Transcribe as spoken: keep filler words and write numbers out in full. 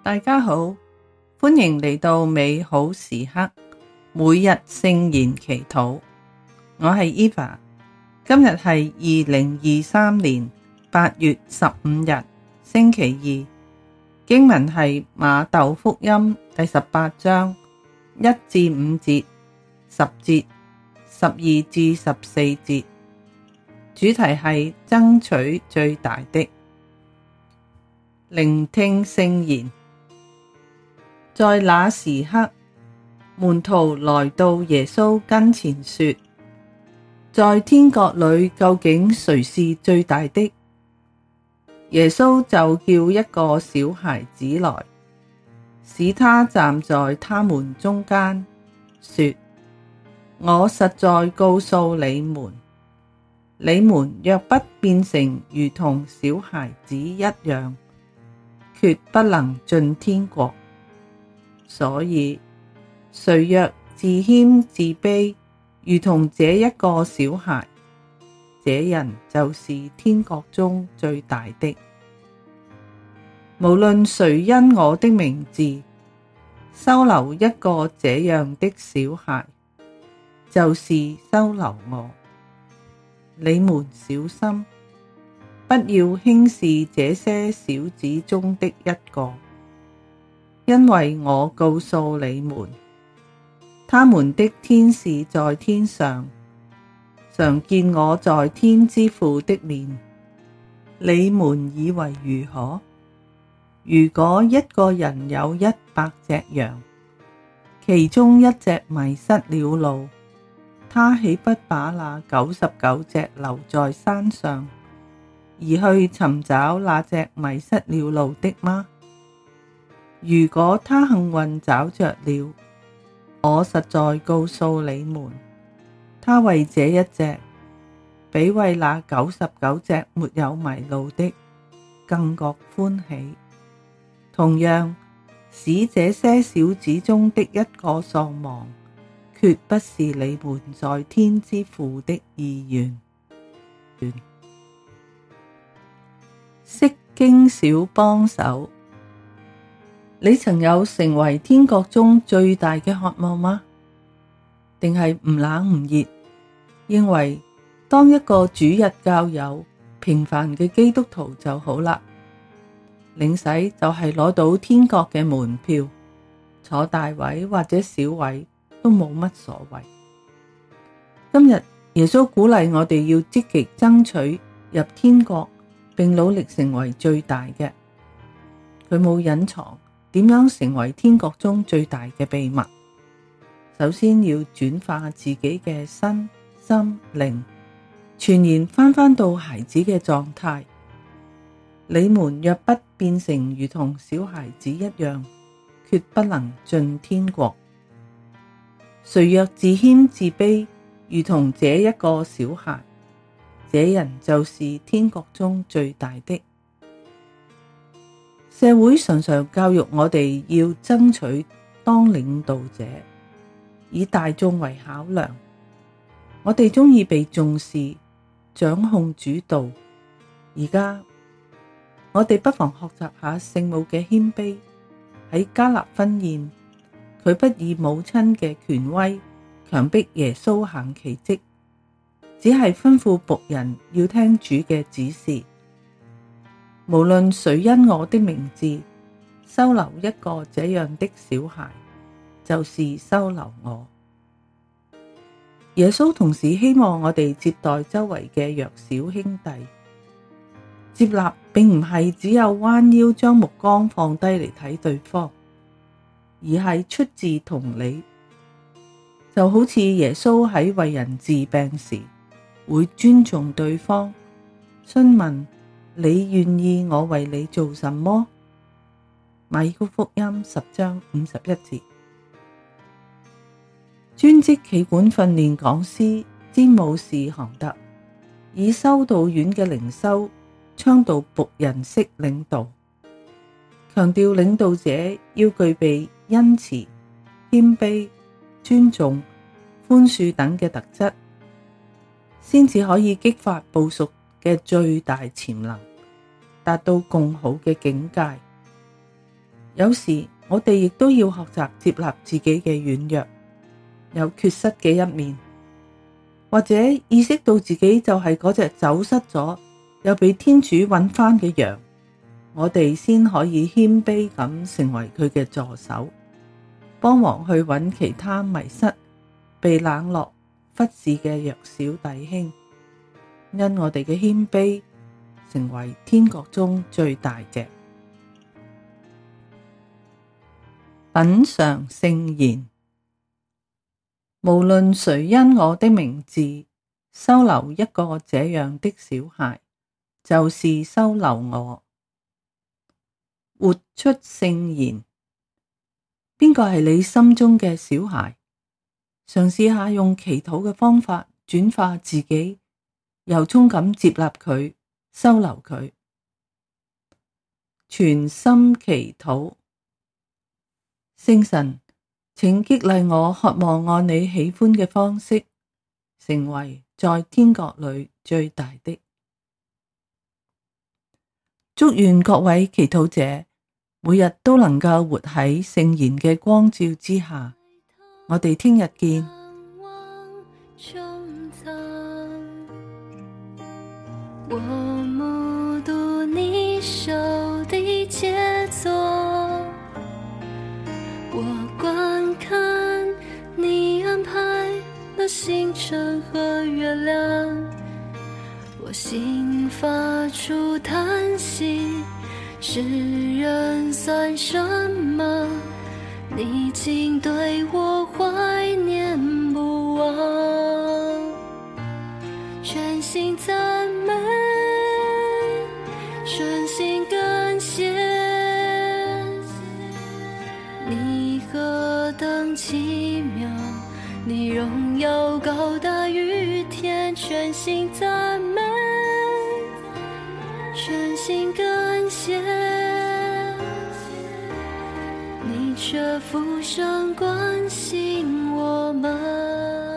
大家好，歡迎嚟到美好時刻，每日聖言祈禱。我係 Eva， 今日係二零二三年八月十五日，星期二。經文係馬竇福音第十八章一至五節、十節、十二至十四節。主題係爭取最大的。聆聽聖言。在那時刻，門徒來到耶穌跟前說：在天國裏究竟誰是最大的？耶穌就叫一個小孩子來，使他站在他們中間，說：我實在告訴你們，你們若不變成如同小孩子一樣，決不能進天國。所以，誰若自謙自卑，如同這一個小孩，這人就是天國中最大的。無論誰因我的名字收留一個這樣的小孩，就是收留我。你們小心，不要輕視這些小子中的一個。因為我告訴你們，他們的天使在天上，常見我在天之父的面。你們以為如何？如果一個人有一百隻羊，其中一隻迷失了路，他豈不把那九十九隻留在山上，而去尋找那隻迷失了路的嗎？如果他幸運找着了，我實在告訴你們，他為這一隻，比為那九十九隻沒有迷路的更覺歡喜。同樣，使這些小子中的一個喪亡，決不是你們在天之父的意願。釋經小幫手。你曾有成為天國中最大嘅渴望嗎？定係唔冷唔熱，認為當一個主日教友、平凡嘅基督徒就好啦，領洗就係攞到天國嘅門票，坐大位或者小位都冇乜所謂。今日耶穌鼓勵我哋要積極爭取入天國，並努力成為最大嘅。佢冇隱藏點樣成為天國中最大嘅秘密。首先要轉化自己嘅身心靈，全然返返到孩子嘅狀態。你們若不變成如同小孩子一樣，決不能進天國。誰若自謙自卑，如同這一個小孩，這人就是天國中最大的。社會常常教育我哋要爭取當領導者，以大眾為考量。我哋鍾意被重視，掌控主導。而家我哋不妨學習下聖母嘅謙卑。喺加納婚宴，佢不以母親嘅權威強迫耶穌行奇蹟，只係吩咐僕人要聽主嘅指示。無論誰因我的名字收留一個這樣的小孩，就是收留我。耶穌同時希望我哋接待周圍嘅弱小兄弟。接納並唔係只有彎腰將目光放低嚟睇對方，而係出自同理。就好似耶穌喺為人治病時，會尊重對方，詢問你願意我為你做什麼？馬爾谷福音十章五十一節。專職企管訓練講師詹姆士韓特以修道院嘅靈修倡導僕人式領導，強調領導者要具備恩慈、謙卑、尊重、寬恕等嘅特質，先至可以激發部屬嘅最大潛能，達到更好嘅境界。 有時我哋亦都要學習接納自己嘅軟弱，有缺失嘅一面，或者意識到自己就係嗰隻走失咗又被天主揾返嘅羊，我哋先可以謙卑咁成為佢嘅助手，幫忙去揾其他迷失、被冷落、忽視嘅弱小弟兄，因我哋嘅謙卑成為天國中最大嘅。品嚐聖言。無論誰因我的名字收留一個這樣的小孩，就是收留我。活出聖言。邊個係你心中嘅小孩？嘗試下用祈禱嘅方法轉化自己，由衷咁接納佢，收留佢。全心祈禱。聖神，請激勵我渴望按你喜歡嘅方式，成為在天國裏最大的。祝願各位祈禱者每日都能夠活喺聖言嘅光照之下。我哋聽日見。 我目睹你手的傑作，我觀看你安排了星辰和月亮，我心發出嘆息，世人算什麼？你竟對我懷念不忘，全心讚美，全心感謝，你何等奇妙，你榮耀高大於天，全心讚美，全心感謝，你卻俯身關心我們。